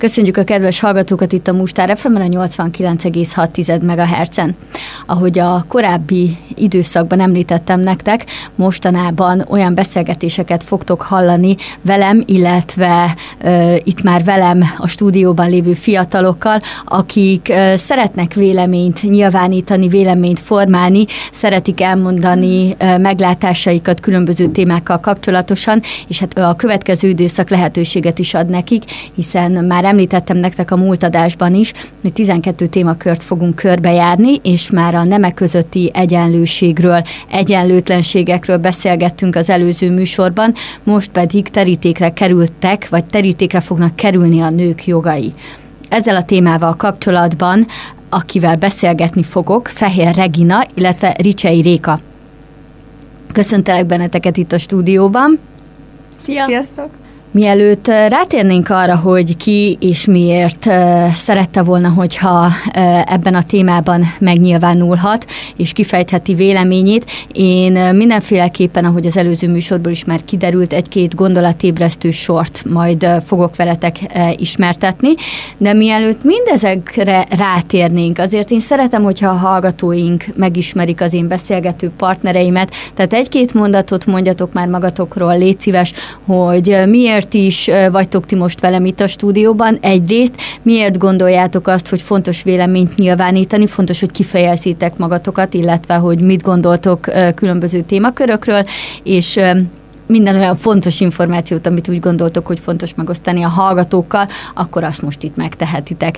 Köszönjük a kedves hallgatókat itt a Mustár FM-en, a 89,6 MHz-en. Ahogy a korábbi időszakban említettem nektek, mostanában olyan beszélgetéseket fogtok hallani velem, illetve itt már velem a stúdióban lévő fiatalokkal, akik szeretnek véleményt nyilvánítani, véleményt formálni, szeretik elmondani meglátásaikat különböző témákkal kapcsolatosan, és hát a következő időszak lehetőséget is ad nekik, hiszen már említettem nektek a múlt adásban is, hogy 12 témakört fogunk körbejárni, és már a nemek közötti egyenlőségről, egyenlőtlenségekről beszélgettünk az előző műsorban, most pedig terítékre kerültek, vagy terítékre fognak kerülni a nők jogai. Ezzel a témával kapcsolatban, akivel beszélgetni fogok, Fehér Regina, illetve Ricsei Réka. Köszöntelek benneteket itt a stúdióban. Szia! Sziasztok! Mielőtt rátérnénk arra, hogy ki és miért szerette volna, hogyha ebben a témában megnyilvánulhat, és kifejtheti véleményét, én mindenféleképpen, ahogy az előző műsorból is már kiderült, egy-két gondolatébresztő sort majd fogok veletek ismertetni, de mielőtt mindezekre rátérnénk, azért én szeretem, hogyha a hallgatóink megismerik az én beszélgető partnereimet, tehát egy-két mondatot mondjatok már magatokról, légy szíves, hogy miért is vagytok ti most velem itt a stúdióban. Egyrészt miért gondoljátok azt, hogy fontos véleményt nyilvánítani, fontos, hogy kifejezzétek magatokat, illetve hogy mit gondoltok különböző témakörökről, és minden olyan fontos információt, amit úgy gondoltok, hogy fontos megosztani a hallgatókkal, akkor azt most itt megtehetitek.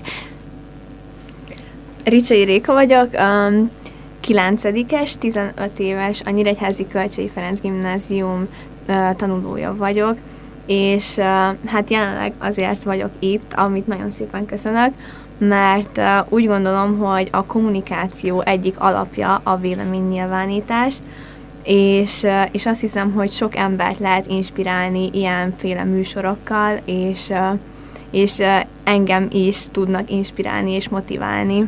Ricsei Réka vagyok, 9-es, 15 éves, a Nyíregyházi Kölcsey Ferenc Gimnázium tanulója vagyok, és hát jelenleg azért vagyok itt, amit nagyon szépen köszönök, mert úgy gondolom, hogy a kommunikáció egyik alapja a véleménynyilvánítás, és azt hiszem, hogy sok embert lehet inspirálni ilyenféle műsorokkal, és engem is tudnak inspirálni és motiválni.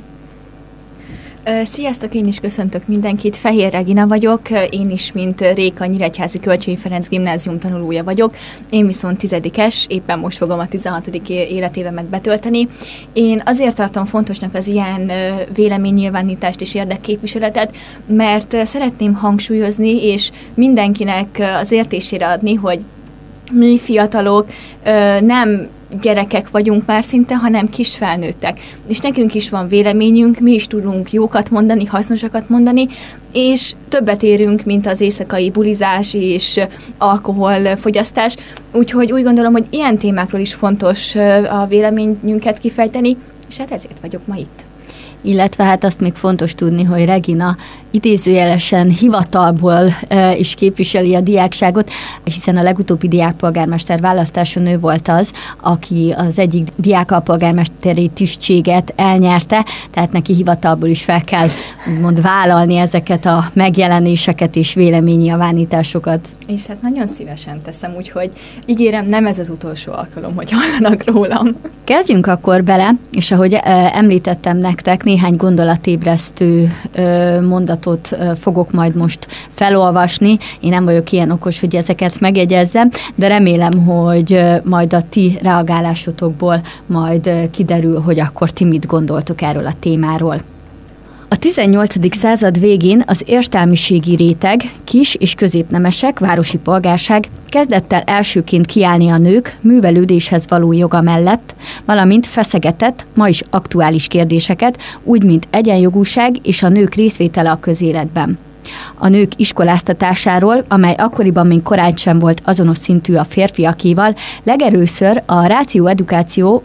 Sziasztok, én is köszöntök mindenkit, Fehér Regina vagyok, én is, mint Réka, Nyíregyházi Kölcsey Ferenc Gimnázium tanulója vagyok, én viszont 10-es, éppen most fogom a 16. életévemet betölteni. Én azért tartom fontosnak az ilyen véleménynyilvánítást és érdekképviseletet, mert szeretném hangsúlyozni, és mindenkinek az értésére adni, hogy mi fiatalok nem gyerekek vagyunk már szinte, hanem kisfelnőttek. És nekünk is van véleményünk, mi is tudunk jókat mondani, hasznosakat mondani, és többet érünk, mint az éjszakai bulizás és alkoholfogyasztás. Úgyhogy úgy gondolom, hogy ilyen témákról is fontos a véleményünket kifejteni, és hát ezért vagyok ma itt. Illetve hát azt még fontos tudni, hogy Regina idézőjelesen hivatalból is képviseli a diákságot, hiszen a legutóbbi diákpolgármester választáson ő volt az, aki az egyik diákalpolgármesteri tisztséget elnyerte, tehát neki hivatalból is fel kell úgymond vállalni ezeket a megjelenéseket és véleménynyilvánításokat. És hát nagyon szívesen teszem, úgyhogy ígérem, nem ez az utolsó alkalom, hogy hallanak rólam. Kezdjünk akkor bele, és ahogy említettem nektek, néhány gondolatébresztő mondatot fogok majd most felolvasni. Én nem vagyok ilyen okos, hogy ezeket megjegyezzem, de remélem, hogy majd a ti reagálásotokból majd kiderül, hogy akkor ti mit gondoltok erről a témáról. A 18. század végén az értelmiségi réteg, kis- és középnemesek, városi polgárság kezdett el elsőként kiállni a nők művelődéshez való joga mellett, valamint feszegetett, ma is aktuális kérdéseket, úgy, mint egyenjogúság és a nők részvétele a közéletben. A nők iskoláztatásáról, amely akkoriban még korán sem volt azonos szintű a férfiakéval, legelőször a Ratio Educatio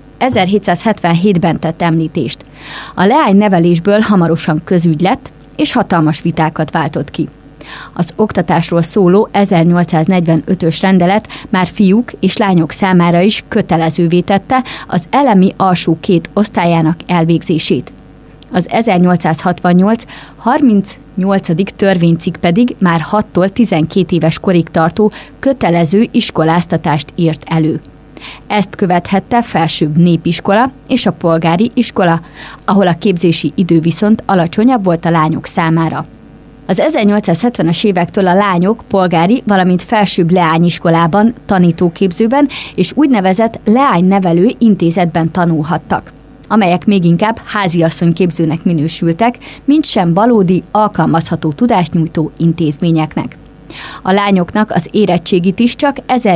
1777-ben tett említést. A leánynevelésből hamarosan közügy lett, és hatalmas vitákat váltott ki. Az oktatásról szóló 1845-ös rendelet már fiúk és lányok számára is kötelezővé tette az elemi alsó két osztályának elvégzését. Az 1868. 38. törvénycikk pedig már 6-tól 12 éves korig tartó kötelező iskoláztatást írt elő. Ezt követhette felsőbb népiskola és a polgári iskola, ahol a képzési idő viszont alacsonyabb volt a lányok számára. Az 1870-es évektől a lányok polgári, valamint felsőbb leányiskolában, tanítóképzőben és úgynevezett leánynevelő intézetben tanulhattak, amelyek még inkább háziasszonyképzőnek minősültek, mint sem valódi, alkalmazható tudást nyújtó intézményeknek. A lányoknak az érettségit is csak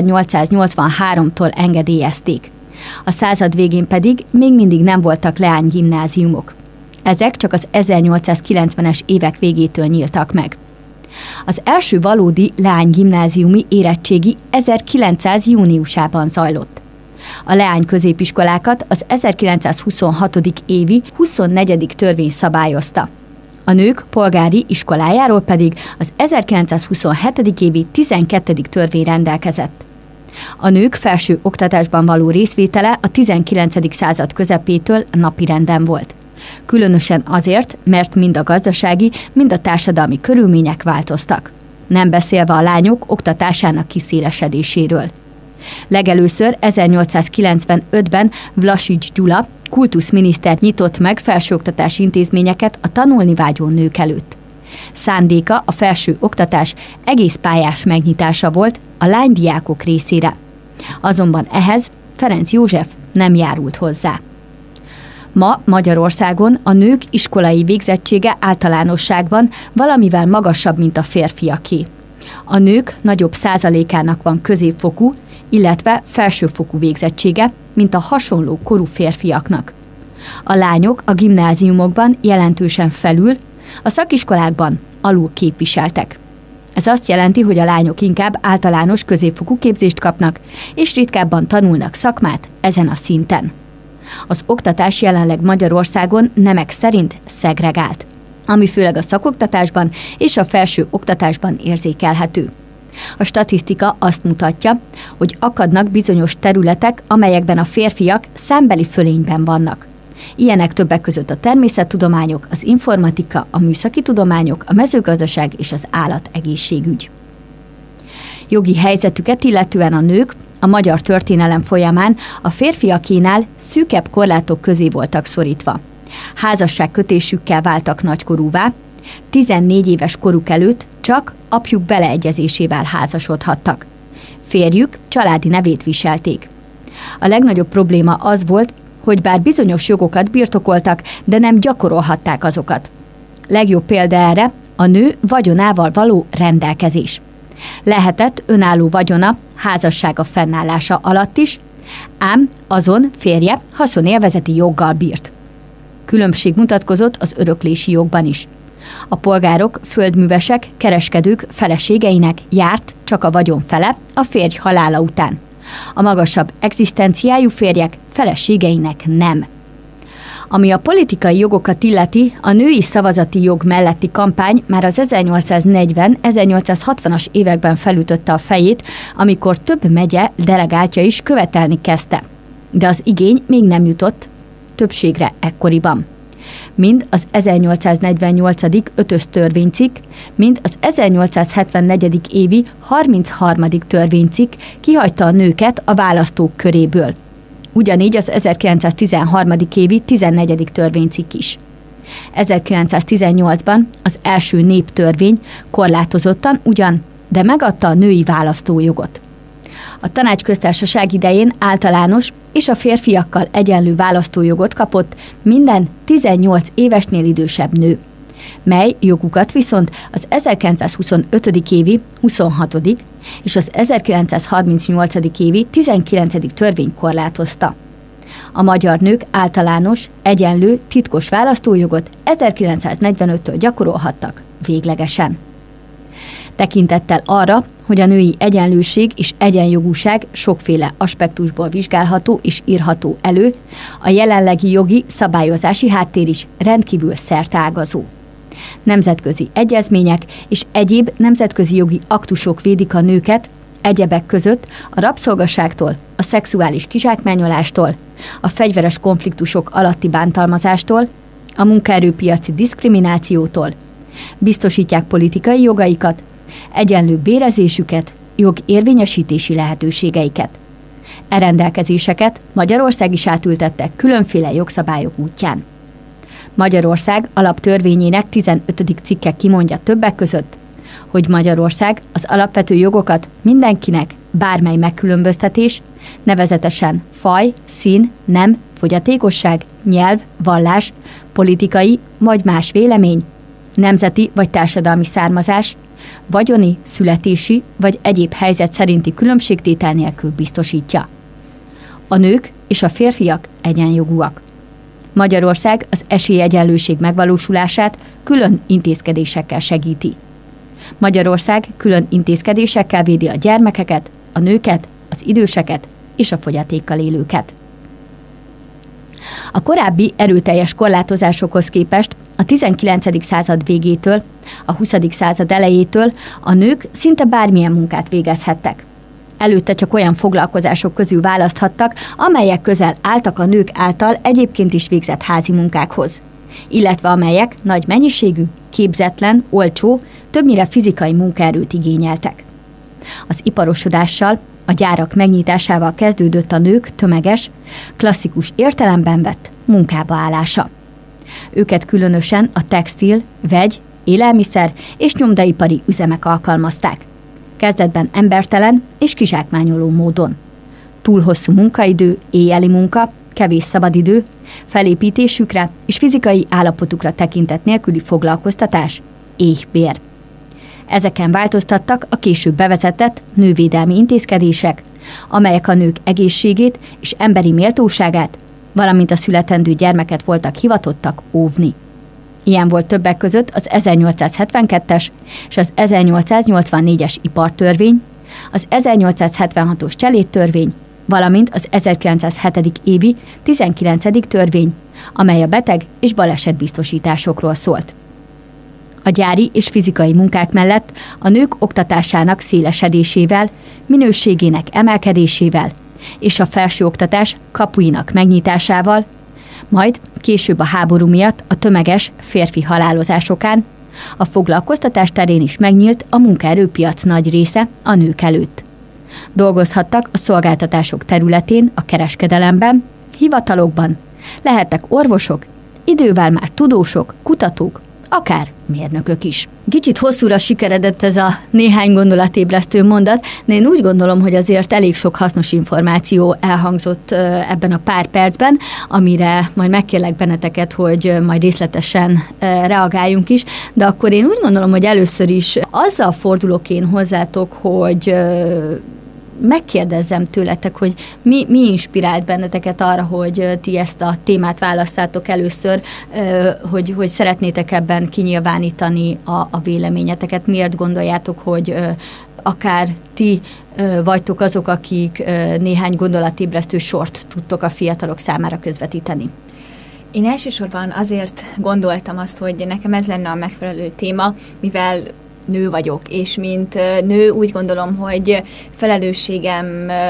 1883-tól engedélyezték. A század végén pedig még mindig nem voltak leánygimnáziumok. Ezek csak az 1890-es évek végétől nyíltak meg. Az első valódi leánygimnáziumi érettségi 1900 júniusában zajlott. A leány középiskolákat az 1926. évi 24. törvény szabályozta. A nők polgári iskolájáról pedig az 1927. évi 12. törvény rendelkezett. A nők felső oktatásban való részvétele a 19. század közepétől napirenden volt. Különösen azért, mert mind a gazdasági, mind a társadalmi körülmények változtak. Nem beszélve a lányok oktatásának kiszélesedéséről. Legelőször 1895-ben Vlasics Gyula kultuszminiszter nyitott meg felsőoktatási intézményeket a tanulni vágyó nők előtt. Szándéka a felső oktatás egész pályás megnyitása volt a lánydiákok részére. Azonban ehhez Ferenc József nem járult hozzá. Ma Magyarországon a nők iskolai végzettsége általánosságban valamivel magasabb, mint a férfiaké. A nők nagyobb százalékának van középfokú, illetve felsőfokú végzettsége, mint a hasonló korú férfiaknak. A lányok a gimnáziumokban jelentősen felül, a szakiskolákban alul képviseltek. Ez azt jelenti, hogy a lányok inkább általános középfokú képzést kapnak, és ritkábban tanulnak szakmát ezen a szinten. Az oktatás jelenleg Magyarországon nemek szerint szegregált, ami főleg a szakoktatásban és a felső oktatásban érzékelhető. A statisztika azt mutatja, hogy akadnak bizonyos területek, amelyekben a férfiak számbeli fölényben vannak. Ilyenek többek között a természettudományok, az informatika, a műszaki tudományok, a mezőgazdaság és az állategészségügy. Jogi helyzetüket illetően a nők a magyar történelem folyamán a férfiakénál szűkebb korlátok közé voltak szorítva. Házasságkötésükkel váltak nagykorúvá, 14 éves koruk előtt csak apjuk beleegyezésével házasodhattak. Férjük családi nevét viselték. A legnagyobb probléma az volt, hogy bár bizonyos jogokat birtokoltak, de nem gyakorolhatták azokat. Legjobb példa erre a nő vagyonával való rendelkezés. Lehetett önálló vagyona házassága fennállása alatt is, ám azon férje haszonélvezeti joggal bírt. Különbség mutatkozott az öröklési jogban is. A polgárok, földművesek, kereskedők feleségeinek járt csak a vagyon fele a férj halála után. A magasabb egzisztenciájú férjek feleségeinek nem. Ami a politikai jogokat illeti, a női szavazati jog melletti kampány már az 1840-1860-as években felütötte a fejét, amikor több megye delegáltja is követelni kezdte. De az igény még nem jutott többségre ekkoriban. Mind az 1848. 5-ös törvénycikk, mind az 1874. évi 33. törvénycikk kihagyta a nőket a választók köréből. Ugyanígy az 1913. évi 14. törvénycikk is. 1918-ban az első néptörvény korlátozottan ugyan, de megadta a női választójogot. A Tanácsköztársaság idején általános és a férfiakkal egyenlő választójogot kapott minden 18 évesnél idősebb nő, mely jogukat viszont az 1925. évi 26. és az 1938. évi 19. törvény korlátozta. A magyar nők általános, egyenlő, titkos választójogot 1945-től gyakorolhattak véglegesen. Tekintettel arra, hogy a női egyenlőség és egyenjogúság sokféle aspektusból vizsgálható és írható elő, a jelenlegi jogi szabályozási háttér is rendkívül szerteágazó. Nemzetközi egyezmények és egyéb nemzetközi jogi aktusok védik a nőket, egyebek között a rabszolgaságtól, a szexuális kizsákmányolástól, a fegyveres konfliktusok alatti bántalmazástól, a munkaerőpiaci diszkriminációtól, biztosítják politikai jogaikat, egyenlő bérezésüket, jogérvényesítési lehetőségeiket. E rendelkezéseket Magyarország is átültettek különféle jogszabályok útján. Magyarország alaptörvényének 15. cikke kimondja többek között, hogy Magyarország az alapvető jogokat mindenkinek bármely megkülönböztetés, nevezetesen faj, szín, nem, fogyatékosság, nyelv, vallás, politikai vagy más vélemény, nemzeti vagy társadalmi származás, vagyoni, születési vagy egyéb helyzet szerinti különbségtétel nélkül biztosítja. A nők és a férfiak egyenjogúak. Magyarország az esélyegyenlőség megvalósulását külön intézkedésekkel segíti. Magyarország külön intézkedésekkel védi a gyermekeket, a nőket, az időseket és a fogyatékkal élőket. A korábbi erőteljes korlátozásokhoz képest a 19. század végétől, a 20. század elejétől a nők szinte bármilyen munkát végezhettek. Előtte csak olyan foglalkozások közül választhattak, amelyek közel álltak a nők által egyébként is végzett házi munkákhoz, illetve amelyek nagy mennyiségű, képzetlen, olcsó, többnyire fizikai munkaerőt igényeltek. Az iparosodással, a gyárak megnyitásával kezdődött a nők tömeges, klasszikus értelemben vett munkába állása. Őket különösen a textil, vegy, élelmiszer és nyomdaipari üzemek alkalmazták. Kezdetben embertelen és kizsákmányoló módon. Túl hosszú munkaidő, éjjeli munka, kevés szabadidő, felépítésükre és fizikai állapotukra tekintet nélküli foglalkoztatás, éhbér. Ezeken változtattak a később bevezetett nővédelmi intézkedések, amelyek a nők egészségét és emberi méltóságát, valamint a születendő gyermeket voltak hivatottak óvni. Ilyen volt többek között az 1872-es és az 1884-es ipartörvény, az 1876-os cselédtörvény, valamint az 1907. évi 19. törvény, amely a beteg- és balesetbiztosításokról szólt. A gyári és fizikai munkák mellett a nők oktatásának szélesedésével, minőségének emelkedésével és a felsőoktatás kapuinak megnyitásával, majd később a háború miatt a tömeges férfi halálozásokán a foglalkoztatás terén is megnyílt a munkaerőpiac nagy része a nők előtt. Dolgozhattak a szolgáltatások területén, a kereskedelemben, hivatalokban, lehettek orvosok, idővel már tudósok, kutatók, akár mérnökök is. Kicsit hosszúra sikeredett ez a néhány gondolatébresztő mondat, de én úgy gondolom, hogy azért elég sok hasznos információ elhangzott ebben a pár percben, amire majd megkérlek benneteket, hogy majd részletesen reagáljunk is, de akkor én úgy gondolom, hogy először is azzal fordulok én hozzátok, hogy megkérdezzem tőletek, hogy mi inspirált benneteket arra, hogy ti ezt a témát választátok először, hogy szeretnétek ebben kinyilvánítani a véleményeteket. Miért gondoljátok, hogy akár ti vagytok azok, akik néhány gondolatébresztő sort tudtok a fiatalok számára közvetíteni? Én elsősorban azért gondoltam azt, hogy nekem ez lenne a megfelelő téma, mivel nő vagyok, és mint nő úgy gondolom, hogy felelősségem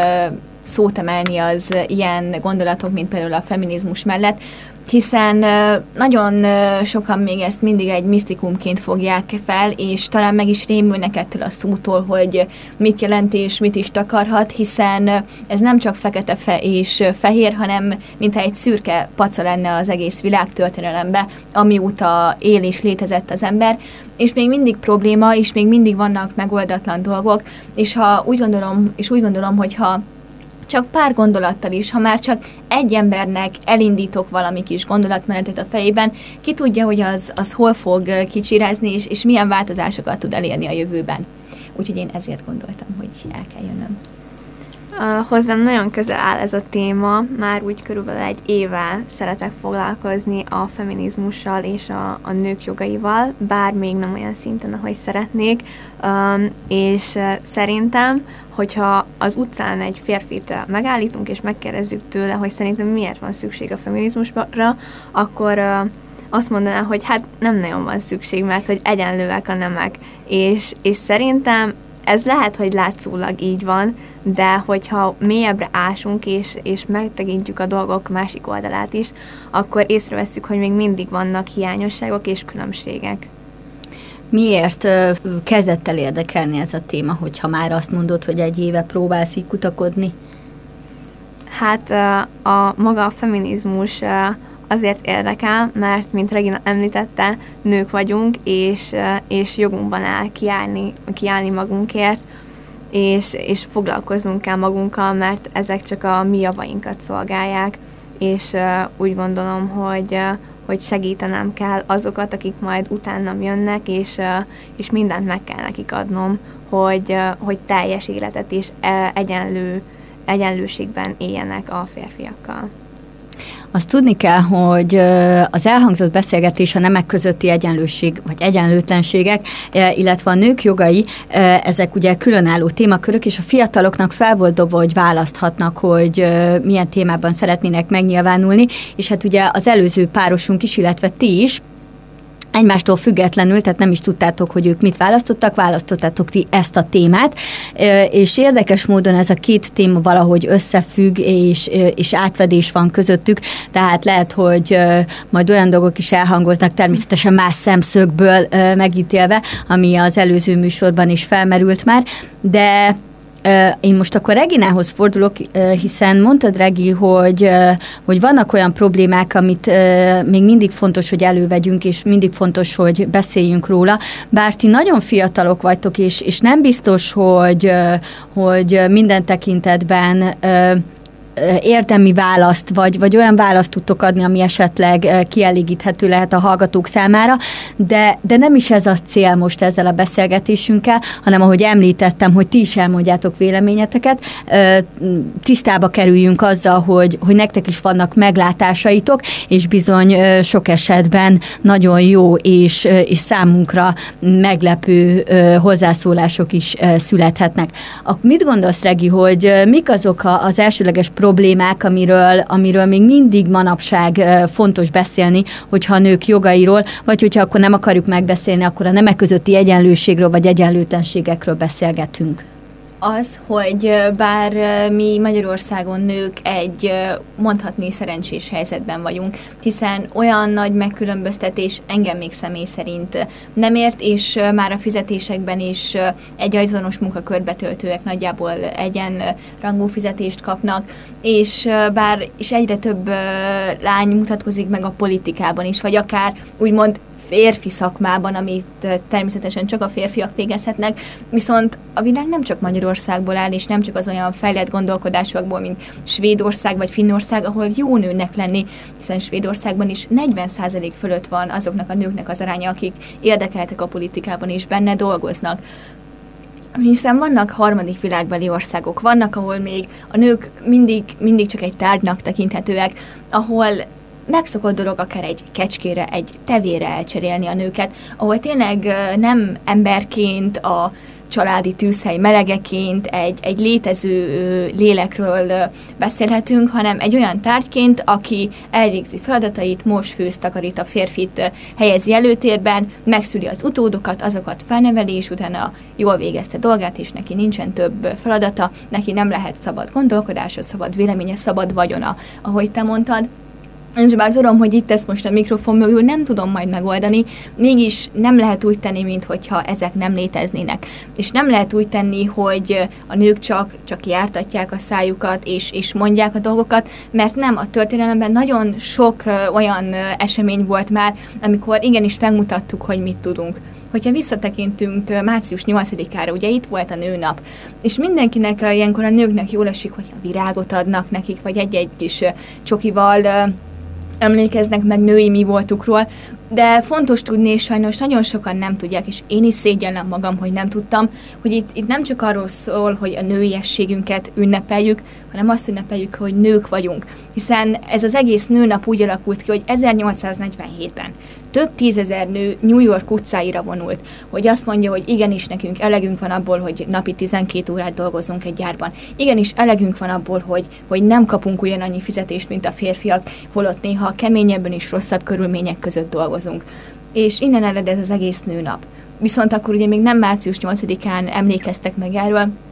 szót emelni az ilyen gondolatok, mint például a feminizmus mellett, hiszen nagyon sokan még ezt mindig egy misztikumként fogják fel, és talán meg is rémülnek ettől a szótól, hogy mit jelent és mit is takarhat, hiszen ez nem csak fekete és fehér, hanem mintha egy szürke paca lenne az egész világtörténelemben, amióta él és létezett az ember, és még mindig probléma, és még mindig vannak megoldatlan dolgok, és úgy gondolom, hogy ha csak pár gondolattal is, ha már csak egy embernek elindítok valami kis gondolatmenetet a fejében, ki tudja, hogy az hol fog kicsirázni, és milyen változásokat tud elérni a jövőben. Úgyhogy én ezért gondoltam, hogy el kell jönnöm. Hozzám nagyon közel áll ez a téma, már úgy körülbelül egy éve szeretek foglalkozni a feminizmussal és a nők jogaival, bár még nem olyan szinten, ahogy szeretnék, és szerintem, hogyha az utcán egy férfit megállítunk, és megkérdezzük tőle, hogy szerintem miért van szükség a feminizmusra, akkor azt mondaná, hogy hát nem nagyon van szükség, mert hogy egyenlőek a nemek. És szerintem ez lehet, hogy látszólag így van, de hogyha mélyebbre ásunk, és megtekintjük a dolgok másik oldalát is, akkor észrevesszük, hogy még mindig vannak hiányosságok és különbségek. Miért kezdett el érdekelni ez a téma, hogyha már azt mondod, hogy egy éve próbálsz így kutakodni? Hát a maga a feminizmus azért érdekel, mert, mint Regina említette, nők vagyunk, és jogunkban áll kiállni magunkért, és foglalkoznunk kell magunkkal, mert ezek csak a mi javainkat szolgálják, és úgy gondolom, hogy segítenem kell azokat, akik majd utánam jönnek, és mindent meg kell nekik adnom, hogy teljes életet és egyenlőségben éljenek a férfiakkal. Azt tudni kell, hogy az elhangzott beszélgetés a nemek közötti egyenlőség, vagy egyenlőtlenségek, illetve a nők jogai, ezek ugye különálló témakörök, és a fiataloknak fel volt dobva, hogy választhatnak, hogy milyen témában szeretnének megnyilvánulni, és hát ugye az előző párosunk is, illetve ti is, egymástól függetlenül, tehát nem is tudtátok, hogy ők mit választottátok ti ezt a témát, és érdekes módon ez a két téma valahogy összefügg, és átfedés van közöttük, tehát lehet, hogy majd olyan dolgok is elhangoznak, természetesen más szemszögből megítélve, ami az előző műsorban is felmerült már, de én most akkor Reginához fordulok, hiszen mondtad, Regi, hogy vannak olyan problémák, amit még mindig fontos, hogy elővegyünk, és mindig fontos, hogy beszéljünk róla, bár ti nagyon fiatalok vagytok, és nem biztos, hogy minden tekintetben érdemi választ, vagy olyan választ tudtok adni, ami esetleg kielégíthető lehet a hallgatók számára, de nem is ez a cél most ezzel a beszélgetésünkkel, hanem ahogy említettem, hogy ti is elmondjátok véleményeteket, tisztába kerüljünk azzal, hogy nektek is vannak meglátásaitok, és bizony sok esetben nagyon jó és számunkra meglepő hozzászólások is születhetnek. Mit gondolsz, Regi, hogy mik azok az elsőleges problémák, amiről még mindig manapság fontos beszélni, hogyha a nők jogairól, vagy hogyha akkor nem akarjuk megbeszélni, akkor a nemek közötti egyenlőségről, vagy egyenlőtlenségekről beszélgetünk? Az, hogy bár mi Magyarországon nők egy mondhatni szerencsés helyzetben vagyunk, hiszen olyan nagy megkülönböztetés engem még személy szerint nem ért, és már a fizetésekben is egy azonos munkakört betöltőek nagyjából egyenrangú fizetést kapnak, és bár is egyre több lány mutatkozik meg a politikában is, vagy akár úgymond férfi szakmában, amit természetesen csak a férfiak végezhetnek, viszont a világ nem csak Magyarországból áll, és nem csak az olyan fejlett gondolkodásokból, mint Svédország vagy Finnország, ahol jó nőnek lenni, hiszen Svédországban is 40% fölött van azoknak a nőknek az aránya, akik érdekeltek a politikában és benne dolgoznak. Hiszen vannak harmadik világbeli országok, vannak, ahol még a nők mindig csak egy tárgynak tekinthetőek, ahol megszokott dolog akár egy kecskére, egy tevére elcserélni a nőket, ahol tényleg nem emberként, a családi tűzhely melegeként, egy létező lélekről beszélhetünk, hanem egy olyan tárgyként, aki elvégzi feladatait, mos, főz, takarít, a férfit helyezi előtérben, megszüli az utódokat, azokat felneveli, és utána jól végezte dolgát, és neki nincsen több feladata, neki nem lehet szabad gondolkodása, szabad véleménye, szabad vagyona, ahogy te mondtad. És bár tudom, hogy itt ezt most a mikrofon mögül nem tudom majd megoldani, mégis nem lehet úgy tenni, minthogyha ezek nem léteznének. És nem lehet úgy tenni, hogy a nők csak jártatják a szájukat, és mondják a dolgokat, mert nem, a történelemben nagyon sok olyan esemény volt már, amikor igenis megmutattuk, hogy mit tudunk. Hogyha visszatekintünk március 8-ára, ugye itt volt a nőnap, és mindenkinek ilyenkor a nőknek jól esik, hogy a virágot adnak nekik, vagy egy-egy kis csokival emlékeznek meg női mi voltukról, de fontos tudni, és sajnos nagyon sokan nem tudják, és én is szégyellem magam, hogy nem tudtam, hogy itt nem csak arról szól, hogy a nőiességünket ünnepeljük, hanem azt ünnepeljük, hogy nők vagyunk. Hiszen ez az egész nőnap úgy alakult ki, hogy 1847-ben több tízezer nő New York utcáira vonult, hogy azt mondja, hogy igenis nekünk elegünk van abból, hogy napi 12 órát dolgozunk egy gyárban. Igenis elegünk van abból, hogy nem kapunk ugyanannyi fizetést, mint a férfiak, holott néha keményebben és rosszabb körülmények között dolgozunk. És innen ered ez az egész nőnap. Viszont akkor ugye még nem március 8-án emlékeztek meg erről,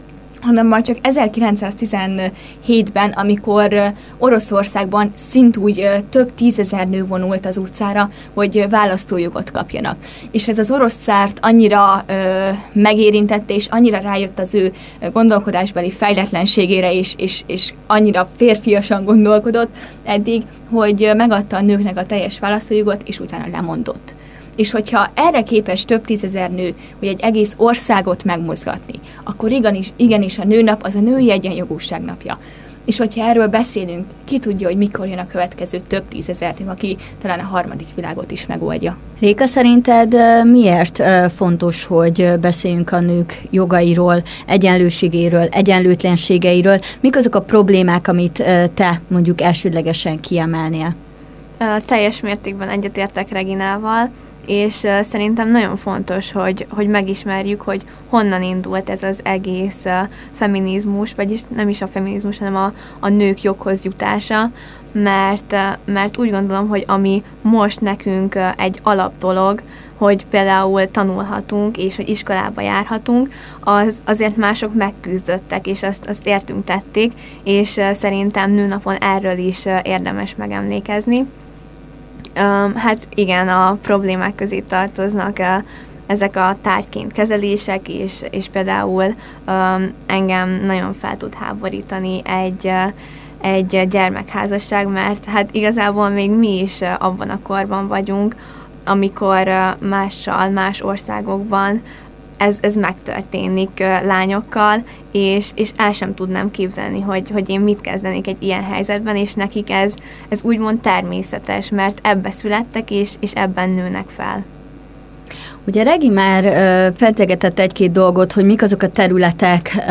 hanem már csak 1917-ben, amikor Oroszországban szintúgy több 10 000 nő vonult az utcára, hogy választójogot kapjanak. És ez az orosz cárt annyira megérintette, és annyira rájött az ő gondolkodásbeli fejletlenségére, és annyira férfiasan gondolkodott eddig, hogy megadta a nőknek a teljes választójogot, és utána lemondott. És hogyha erre képes több 10 000 nő, hogy egy egész országot megmozgatni, akkor igenis a nőnap az a női egyenjogúság napja. És hogyha erről beszélünk, ki tudja, hogy mikor jön a következő több 10 000 nő, aki talán a harmadik világot is megoldja. Réka, szerinted miért fontos, hogy beszéljünk a nők jogairól, egyenlőségéről, egyenlőtlenségeiről? Mik azok a problémák, amit te mondjuk elsődlegesen kiemelnél? Teljes mértékben egyetértek Reginával, és szerintem nagyon fontos, hogy megismerjük, hogy honnan indult ez az egész feminizmus, vagyis nem is a feminizmus, hanem a nők joghoz jutása, mert úgy gondolom, hogy ami most nekünk egy alapdolog, hogy például tanulhatunk, és hogy iskolába járhatunk, azért mások megküzdöttek, és azt értünk tették, és szerintem nőnapon erről is érdemes megemlékezni. Hát igen, a problémák közé tartoznak ezek a tárgyként kezelések, és például engem nagyon fel tud háborítani egy gyermekházasság, mert hát igazából még mi is abban a korban vagyunk, amikor más országokban ez megtörténik lányokkal, és el sem tudnám képzelni, hogy én mit kezdenék egy ilyen helyzetben, és nekik ez úgymond természetes, mert ebbe születtek, és ebben nőnek fel. Ugye Regi már pedzegetett egy-két dolgot, hogy mik azok a területek,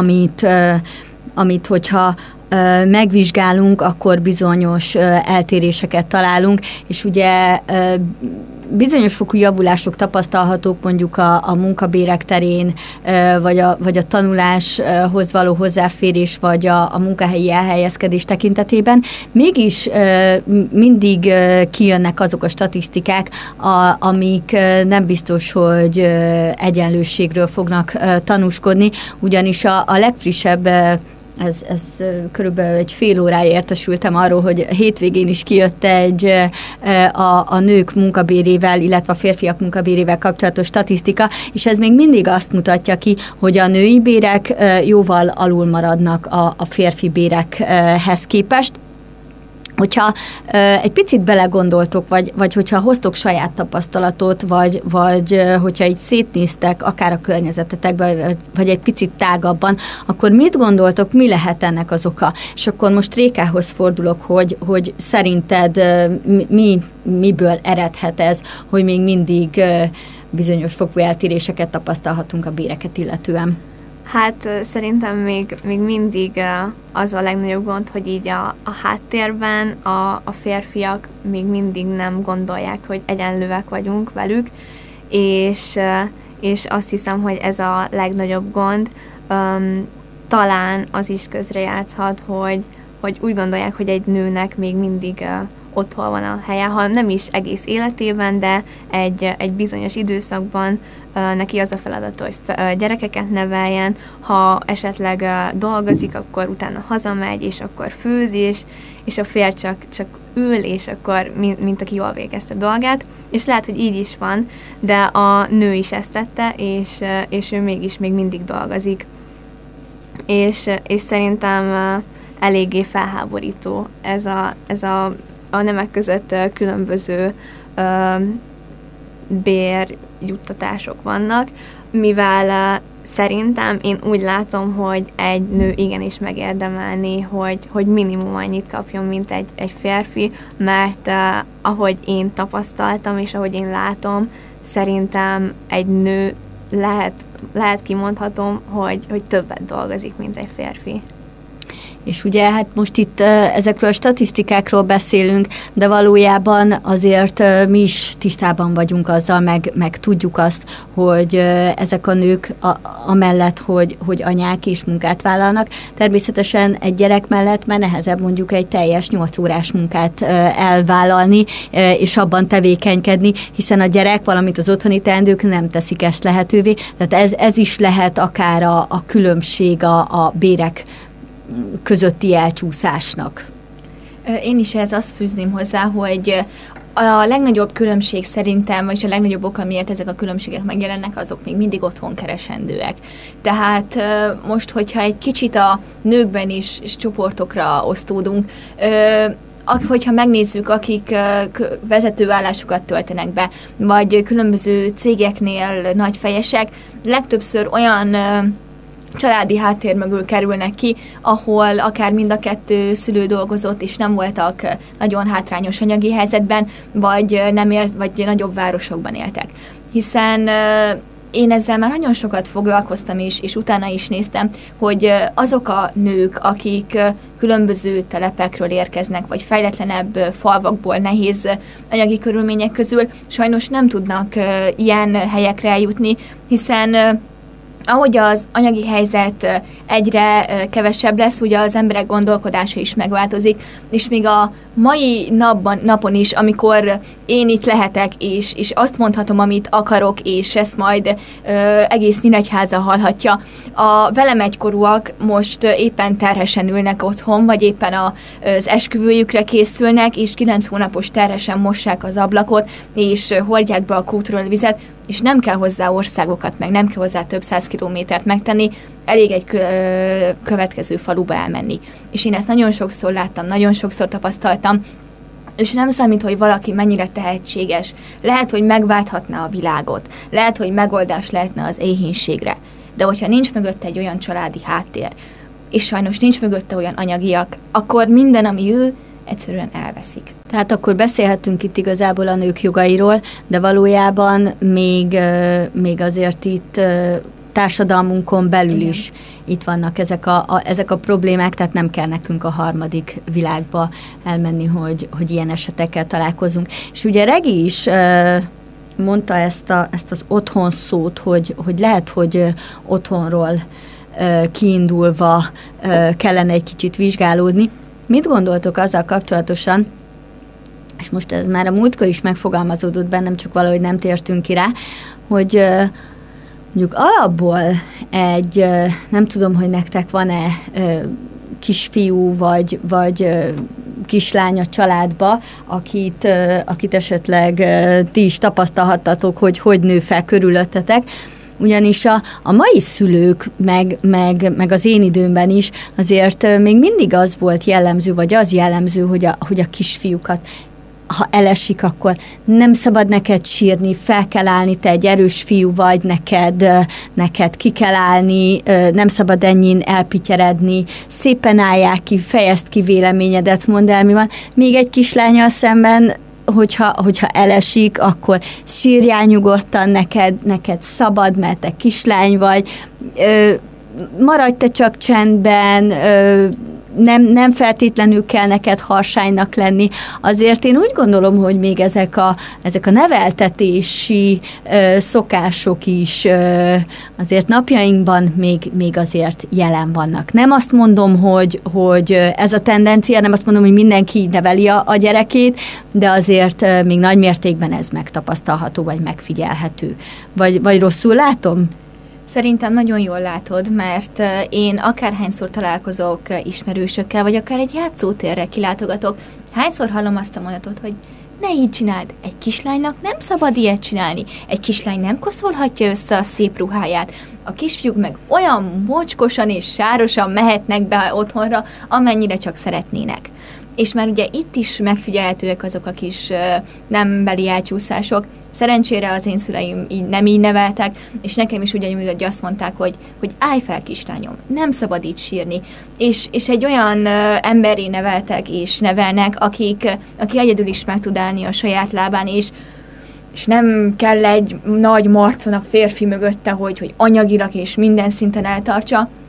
amit hogyha megvizsgálunk, akkor bizonyos eltéréseket találunk, és ugye bizonyos fokú javulások tapasztalhatók mondjuk a munkabérek terén, vagy a tanuláshoz való hozzáférés, vagy a munkahelyi elhelyezkedés tekintetében. Mégis mindig kijönnek azok a statisztikák, amik nem biztos, hogy egyenlőségről fognak tanúskodni, ugyanis a legfrissebb ez körülbelül egy fél órája értesültem arról, hogy a hétvégén is kijött a nők munkabérével, illetve a férfiak munkabérével kapcsolatos statisztika, és ez még mindig azt mutatja ki, hogy a női bérek jóval alul maradnak a férfi bérekhez képest. Hogyha egy picit belegondoltok, vagy hogyha hoztok saját tapasztalatot, vagy hogyha így szétnéztek akár a környezetetekben, vagy egy picit tágabban, akkor mit gondoltok, mi lehet ennek az oka? És akkor most Rékához fordulok, hogy szerinted miből eredhet ez, hogy még mindig bizonyos fokú eltéréseket tapasztalhatunk a béreket illetően? Hát szerintem még mindig az a legnagyobb gond, hogy így a háttérben a férfiak még mindig nem gondolják, hogy egyenlőek vagyunk velük, és azt hiszem, hogy ez a legnagyobb gond. Talán az is közrejátszhat, hogy úgy gondolják, hogy egy nőnek még mindig otthon van a helye, ha nem is egész életében, de egy bizonyos időszakban neki az a feladata, hogy gyerekeket neveljen, ha esetleg dolgozik, akkor utána hazamegy, és akkor főz, és a férj csak ül, és akkor mint aki jól végezte dolgát, és lehet, hogy így is van, de a nő is ezt tette, és ő mégis még mindig dolgozik. És szerintem eléggé felháborító ez a nemek között különböző bérjuttatások vannak, mivel szerintem én úgy látom, hogy egy nő igenis megérdemelni, hogy minimum annyit kapjon, mint egy férfi, mert ahogy én tapasztaltam, és ahogy én látom, szerintem egy nő lehet kimondhatom, hogy többet dolgozik, mint egy férfi. És ugye hát most itt ezekről a statisztikákról beszélünk, de valójában azért mi is tisztában vagyunk azzal, meg tudjuk azt, hogy ezek a nők amellett, hogy anyák is munkát vállalnak, természetesen egy gyerek mellett már nehezebb mondjuk egy teljes 8 órás munkát elvállalni, és abban tevékenykedni, hiszen a gyerek, valamint az otthoni teendők nem teszik ezt lehetővé. Tehát ez is lehet akár a különbség a bérek közötti elcsúszásnak. Én is ehhez azt fűzném hozzá, hogy a legnagyobb különbség szerintem, vagyis a legnagyobb oka, miért ezek a különbségek megjelennek, azok még mindig otthon keresendőek. Tehát most, hogyha egy kicsit a nőkben is csoportokra osztódunk, hogyha megnézzük, akik vezetőállásokat töltenek be, vagy különböző cégeknél nagyfejesek, legtöbbször olyan családi háttér mögül kerülnek ki, ahol akár mind a 2 szülő dolgozott, és nem voltak nagyon hátrányos anyagi helyzetben, vagy nagyobb városokban éltek. Hiszen én ezzel már nagyon sokat foglalkoztam is, és utána is néztem, hogy azok a nők, akik különböző telepekről érkeznek, vagy fejletlenebb falvakból nehéz anyagi körülmények közül, sajnos nem tudnak ilyen helyekre eljutni, hiszen ahogy az anyagi helyzet egyre kevesebb lesz, ugye az emberek gondolkodása is megváltozik, és még a mai napon is, amikor én itt lehetek, és azt mondhatom, amit akarok, és ezt majd egész Nyíregyháza hallhatja, a velem egykorúak most éppen terhesen ülnek otthon, vagy éppen az esküvőjükre készülnek, és 9 hónapos terhesen mossák az ablakot, és hordják be a kútról a vizet, és nem kell hozzá országokat, meg nem kell hozzá több 100 kilométert megtenni, elég egy következő faluba elmenni. És én ezt nagyon sokszor láttam, nagyon sokszor tapasztaltam, és nem számít, hogy valaki mennyire tehetséges. Lehet, hogy megválthatná a világot, lehet, hogy megoldás lehetne az éhínségre, de hogyha nincs mögötte egy olyan családi háttér, és sajnos nincs mögötte olyan anyagiak, akkor minden, ami ő, egyszerűen elveszik. Tehát akkor beszélhetünk itt igazából a nők jogairól, de valójában még azért itt társadalmunkon belül is itt vannak ezek a problémák, tehát nem kell nekünk a harmadik világba elmenni, hogy ilyen esetekkel találkozunk. És ugye Regi is mondta ezt az otthon szót, hogy lehet, hogy otthonról kiindulva kellene egy kicsit vizsgálódni. Mit gondoltok azzal kapcsolatosan, és most ez már a múltkor is megfogalmazódott bennem, csak valahogy nem tértünk ki rá, hogy mondjuk alapból nem tudom, hogy nektek van-e kisfiú vagy kislány a családba, akit esetleg ti is tapasztalhattatok, hogy nő fel körülöttetek. Ugyanis a mai szülők, meg az én időmben is azért még mindig az volt jellemző, vagy az jellemző, hogy a kisfiúkat, ha elesik, akkor nem szabad neked sírni, fel kell állni, te egy erős fiú vagy, neked ki kell állni, nem szabad ennyin elpityeredni, szépen állják ki, fejezd ki véleményedet, mondd el, mi van. Még egy kislánnyal szemben, hogyha elesik, akkor sírjál nyugodtan, neked szabad, mert te kislány vagy, maradj te csak csendben, nem feltétlenül kell neked harsánynak lenni. Azért én úgy gondolom, hogy még ezek a neveltetési szokások is azért napjainkban még azért jelen vannak. Nem azt mondom, hogy ez a tendencia, nem azt mondom, hogy mindenki így neveli a gyerekét, de azért még nagy mértékben ez megtapasztalható, vagy megfigyelhető. Vagy rosszul látom? Szerintem nagyon jól látod, mert én akárhányszor találkozok ismerősökkel, vagy akár egy játszótérre kilátogatok, hányszor hallom azt a mondatot, hogy ne így csináld, egy kislánynak nem szabad ilyet csinálni, egy kislány nem koszolhatja össze a szép ruháját, a kisfiúk meg olyan mocskosan és sárosan mehetnek be otthonra, amennyire csak szeretnének. És már ugye itt is megfigyelhetőek azok a kis nembeli elcsúszások. Szerencsére az én szüleim nem így neveltek, és nekem is ugyanúgy azt mondták, hogy állj fel, kislányom, nem szabad így sírni. És egy olyan emberré neveltek és nevelnek, aki egyedül is meg tud állni a saját lábán, és nem kell egy nagy marcon a férfi mögötte, hogy anyagilag és minden szinten eltartsa.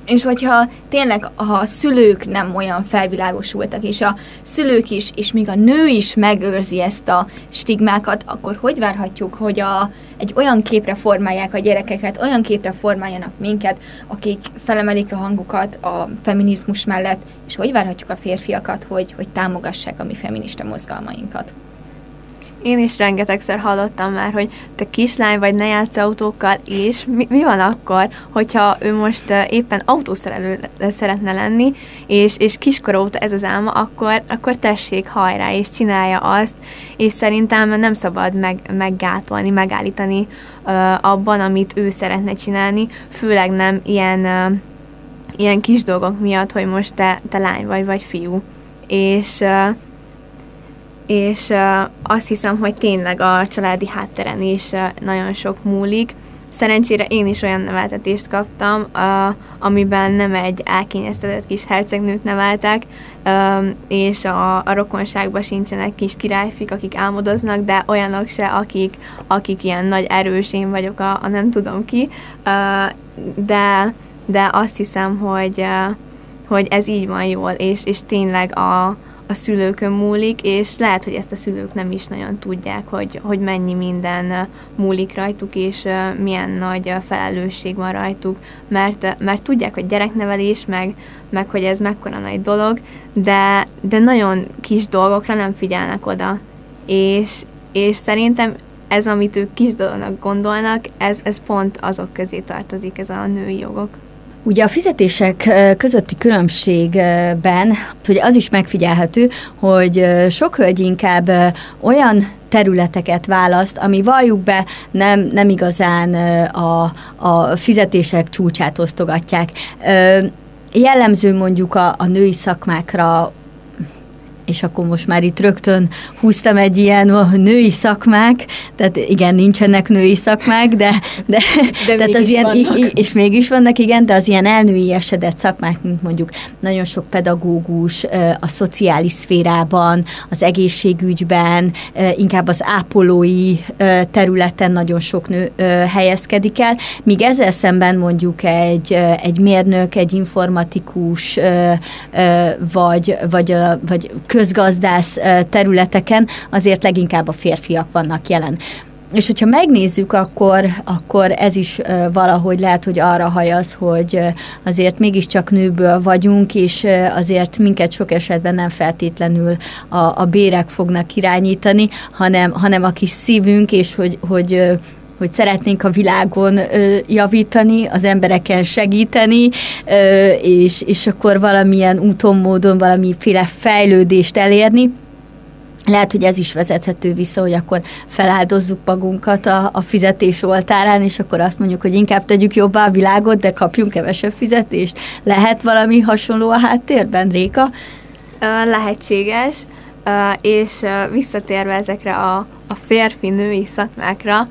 És hogyha tényleg a szülők nem olyan felvilágosultak, és a szülők is, és még a nő is megőrzi ezt a stigmákat, akkor hogy várhatjuk, hogy egy olyan képre formálják a gyerekeket, olyan képre formáljanak minket, akik felemelik a hangukat a feminizmus mellett, és hogy várhatjuk a férfiakat, hogy támogassák a mi feminista mozgalmainkat. Én is rengetegszer hallottam már, hogy te kislány vagy, ne játsz autókkal, és mi van akkor, hogyha ő most éppen autószerelő szeretne lenni, és kiskor óta ez az álma, akkor tessék, hajrá, és csinálja azt, és szerintem nem szabad meggátolni, megállítani abban, amit ő szeretne csinálni, főleg nem ilyen kis dolgok miatt, hogy most te lány vagy fiú. És azt hiszem, hogy tényleg a családi hátteren is nagyon sok múlik. Szerencsére én is olyan neveltetést kaptam, amiben nem egy elkényeztetett kis hercegnőt neveltek, és a rokonságban sincsenek kis királyfik, akik álmodoznak, de olyanok se, akik ilyen nagy erős, én vagyok a nem tudom ki, de azt hiszem, hogy ez így van jól, és tényleg a szülőkön múlik, és lehet, hogy ezt a szülők nem is nagyon tudják, hogy mennyi minden múlik rajtuk, és milyen nagy felelősség van rajtuk, mert tudják, hogy gyereknevelés, meg hogy ez mekkora nagy dolog, de nagyon kis dolgokra nem figyelnek oda. És szerintem ez, amit ők kis dolognak gondolnak, ez pont azok közé tartozik, ez a női jogok. Ugye a fizetések közötti különbségben, hogy az is megfigyelhető, hogy sok hölgy inkább olyan területeket választ, ami valljuk be nem igazán a fizetések csúcsát osztogatják. Jellemző mondjuk a női szakmákra, és akkor most már itt rögtön húztam egy ilyen női szakmák, tehát igen, nincsenek női szakmák, de tehát az ilyen, és mégis vannak, igen, de az ilyen elnőiesedett szakmák, mint mondjuk nagyon sok pedagógus a szociális szférában, az egészségügyben, inkább az ápolói területen nagyon sok nő helyezkedik el, míg ezzel szemben mondjuk egy mérnök, egy informatikus, vagy közgazdász területeken azért leginkább a férfiak vannak jelen. És hogyha megnézzük, akkor ez is valahogy lehet, hogy arra hajaz, hogy azért mégiscsak nőből vagyunk, és azért minket sok esetben nem feltétlenül a bérek fognak irányítani, hanem a kis szívünk, és hogy szeretnénk a világon javítani, az embereken segíteni, és akkor valamilyen úton, módon valamiféle fejlődést elérni. Lehet, hogy ez is vezethető vissza, hogy akkor feláldozzuk magunkat a fizetés oltárán, és akkor azt mondjuk, hogy inkább tegyük jobbá a világot, de kapjunk kevesebb fizetést. Lehet valami hasonló a háttérben, Réka? Lehetséges, és visszatérve ezekre a férfi-női szakmákra,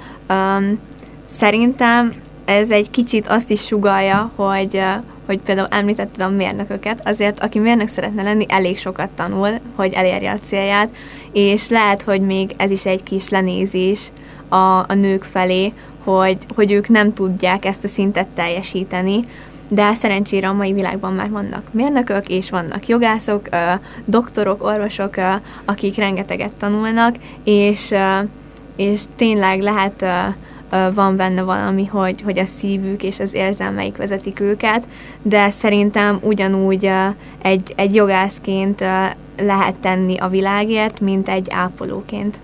szerintem ez egy kicsit azt is sugallja, hogy például említetted a mérnököket, azért aki mérnök szeretne lenni, elég sokat tanul, hogy elérje a célját, és lehet, hogy még ez is egy kis lenézés a nők felé, hogy ők nem tudják ezt a szintet teljesíteni, de szerencsére a mai világban már vannak mérnökök, és vannak jogászok, doktorok, orvosok, akik rengeteget tanulnak, és tényleg lehet van benne valami, hogy a szívük és az érzelmeik vezetik őket, de szerintem ugyanúgy egy jogászként lehet tenni a világért, mint egy ápolóként.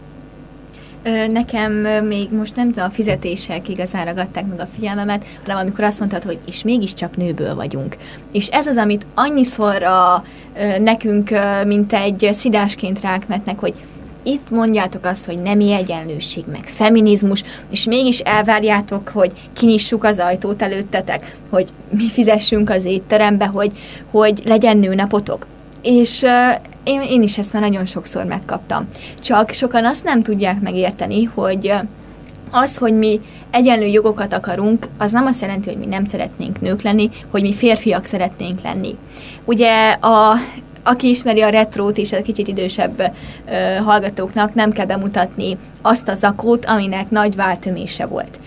Nekem még most nem tudom, a fizetések igazán ragadták meg a figyelmemet, hanem amikor azt mondtad, hogy és mégiscsak nőből vagyunk. És ez az, amit annyiszor nekünk, mint egy szidásként rákmetnek, hogy itt mondjátok azt, hogy nemi egyenlőség, meg feminizmus, és mégis elvárjátok, hogy kinyissuk az ajtót előttetek, hogy mi fizessünk az étterembe, hogy legyen nőnapotok. És én is ezt már nagyon sokszor megkaptam. Csak sokan azt nem tudják megérteni, hogy az, hogy mi egyenlő jogokat akarunk, az nem azt jelenti, hogy mi nem szeretnénk nők lenni, hogy mi férfiak szeretnénk lenni. Ugye aki ismeri a retrót és a kicsit idősebb hallgatóknak, nem kell bemutatni azt a zakót, aminek nagy váltömése volt.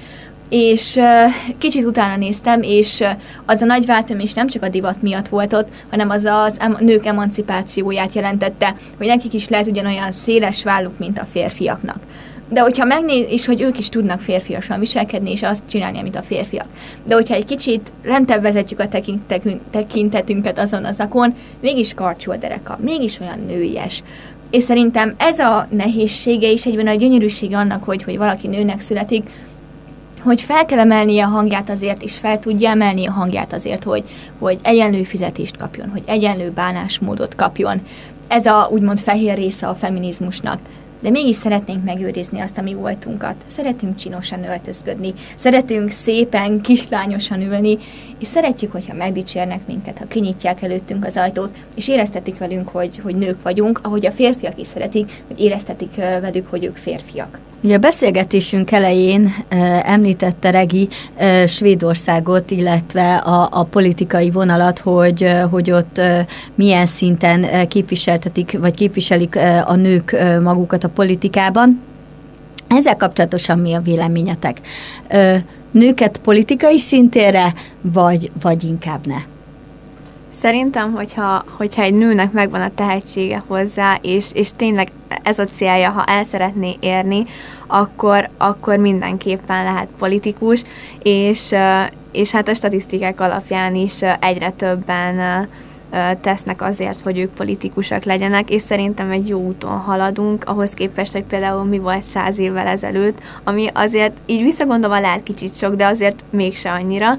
és kicsit utána néztem, és az a nagy változás nem csak a divat miatt volt ott, hanem az nők emancipációját jelentette, hogy nekik is lehet ugyanolyan széles válluk, mint a férfiaknak. De hogyha és hogy ők is tudnak férfiasan viselkedni, és azt csinálni, amit a férfiak. De hogyha egy kicsit lentebb vezetjük a tekintetünket azon az akon, mégis karcsú a dereka, mégis olyan nőies. És szerintem ez a nehézsége is egyben a gyönyörűsége annak, hogy valaki nőnek születik, hogy fel kell emelnie a hangját azért, és fel tudja emelni a hangját azért, hogy egyenlő fizetést kapjon, hogy egyenlő bánásmódot kapjon. Ez a úgymond fehér része a feminizmusnak. De mégis szeretnénk megőrizni azt, ami voltunkat. Szeretünk csinosan öltözködni, szeretünk szépen, kislányosan ülni, és szeretjük, hogyha megdicsérnek minket, ha kinyitják előttünk az ajtót, és éreztetik velünk, hogy nők vagyunk, ahogy a férfiak is szeretik, hogy éreztetik velük, hogy ők férfiak. Ugye a beszélgetésünk elején említette Regi Svédországot, illetve a politikai vonalat, hogy ott milyen szinten képviseltetik, vagy képviselik a nők magukat a politikában. Ezzel kapcsolatosan mi a véleményetek? Nőket politikai szintére, vagy inkább ne? Szerintem, hogyha egy nőnek megvan a tehetsége hozzá, és tényleg ez a célja, ha el szeretné érni, akkor mindenképpen lehet politikus, és hát a statisztikák alapján is egyre többen tesznek azért, hogy ők politikusak legyenek, és szerintem egy jó úton haladunk, ahhoz képest, hogy például mi volt 100 évvel ezelőtt, ami azért így visszagondolva lehet kicsit sok, de azért mégse annyira,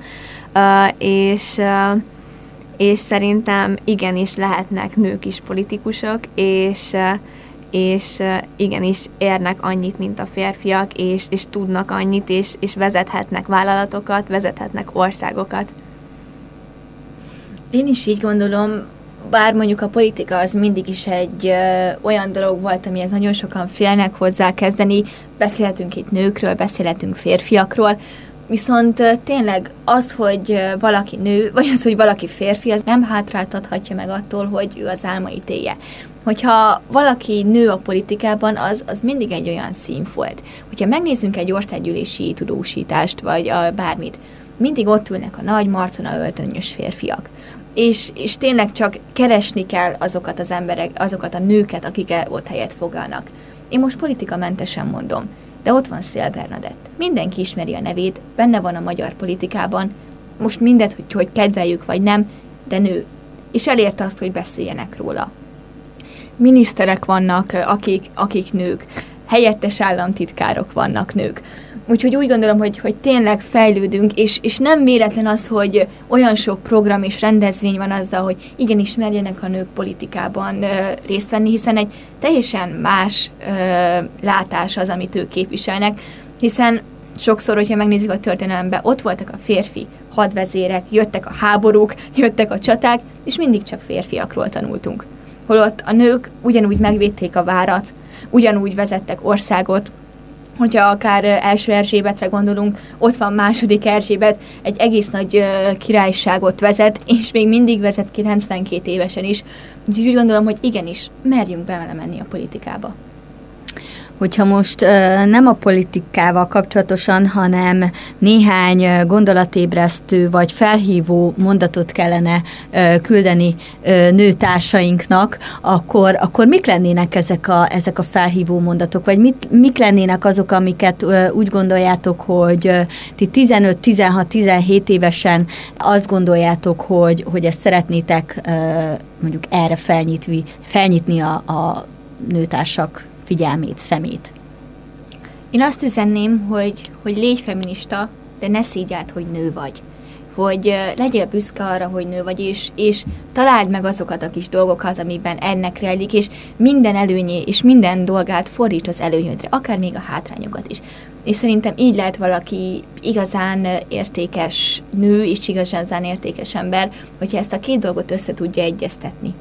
és szerintem igenis lehetnek nők is politikusok, és igenis érnek annyit, mint a férfiak, és tudnak annyit, és vezethetnek vállalatokat, vezethetnek országokat. Én is így gondolom, bár mondjuk a politika az mindig is egy olyan dolog volt, amihez nagyon sokan félnek hozzá kezdeni, beszélhetünk itt nőkről, beszélhetünk férfiakról, viszont tényleg az, hogy valaki nő, vagy az, hogy valaki férfi, az nem hátráltathatja meg attól, hogy ő az álmait élje. Hogyha valaki nő a politikában, az mindig egy olyan színfolt. Hogyha megnézzünk egy országgyűlési tudósítást, vagy bármit, mindig ott ülnek a nagy marcona öltönyös férfiak. És tényleg csak keresni kell azokat az emberek, azokat a nőket, akik ott helyet foglalnak. Én most politikamentesen mondom, de ott van Széll Bernadett. Mindenki ismeri a nevét, benne van a magyar politikában, most mindegy, hogy kedveljük vagy nem, de nő. És elérte azt, hogy beszéljenek róla. Miniszterek vannak, akik nők, helyettes államtitkárok vannak nők. Úgyhogy úgy gondolom, hogy tényleg fejlődünk, és nem véletlen az, hogy olyan sok program és rendezvény van azzal, hogy igenis merjenek a nők politikában részt venni, hiszen egy teljesen más látás az, amit ők képviselnek, hiszen sokszor, hogyha megnézzük a történelemben, ott voltak a férfi hadvezérek, jöttek a háborúk, jöttek a csaták, és mindig csak férfiakról tanultunk. Holott a nők ugyanúgy megvédték a várat, ugyanúgy vezettek országot, hogyha akár első Erzsébetre gondolunk, ott van második Erzsébet, egy egész nagy királyságot vezet, és még mindig vezet 92 évesen is. Úgyhogy úgy gondolom, hogy igenis, merjünk belemenni a politikába. Hogyha most nem a politikával kapcsolatosan, hanem néhány gondolatébresztő vagy felhívó mondatot kellene küldeni nőtársainknak, akkor mik lennének ezek a felhívó mondatok, vagy mik lennének azok, amiket úgy gondoljátok, hogy ti 15-16-17 évesen azt gondoljátok, hogy ezt szeretnétek mondjuk erre felnyitni a nőtársak figyelmét, szemét. Én azt üzenném, hogy légy feminista, de ne szígyáld, hogy nő vagy. Hogy legyél büszke arra, hogy nő vagy, és találd meg azokat a kis dolgokat, amiben ennek rejlik, és minden előnyé és minden dolgát fordíts az előnyödre, akár még a hátrányokat is. És szerintem így lehet valaki igazán értékes nő, és igazán értékes ember, hogyha ezt a két dolgot össze tudja egyeztetni.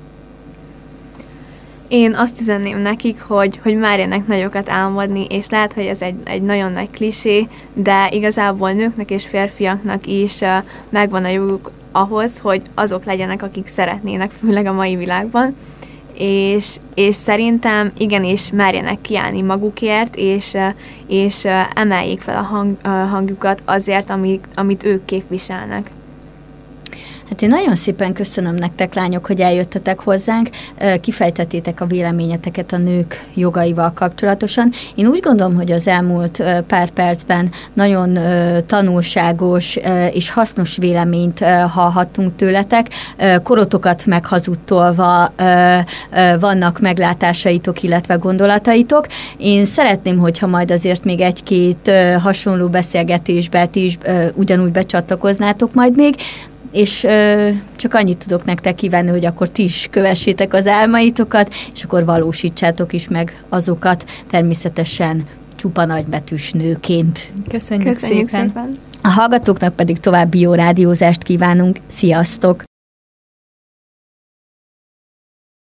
Én azt üzenném nekik, hogy merjenek nagyokat álmodni, és lehet, hogy ez egy nagyon nagy klisé, de igazából nőknek és férfiaknak is megvan a joguk ahhoz, hogy azok legyenek, akik szeretnének, főleg a mai világban, és szerintem igenis merjenek kiállni magukért, és emeljék fel a hangjukat azért, amit ők képviselnek. Hát én nagyon szépen köszönöm nektek, lányok, hogy eljöttetek hozzánk, kifejtettétek a véleményeteket a nők jogaival kapcsolatosan. Én úgy gondolom, hogy az elmúlt pár percben nagyon tanulságos és hasznos véleményt hallhattunk tőletek. Korotokat meghazudtolva vannak meglátásaitok, illetve gondolataitok. Én szeretném, hogyha majd azért még egy-két hasonló beszélgetésbe ti is ugyanúgy becsatlakoznátok majd még, és csak annyit tudok nektek kívánni, hogy akkor ti is kövessétek az álmaitokat, és akkor valósítsátok is meg azokat, természetesen csupa nagybetűs nőként. Köszönjük szépen! A hallgatóknak pedig további jó rádiózást kívánunk. Sziasztok!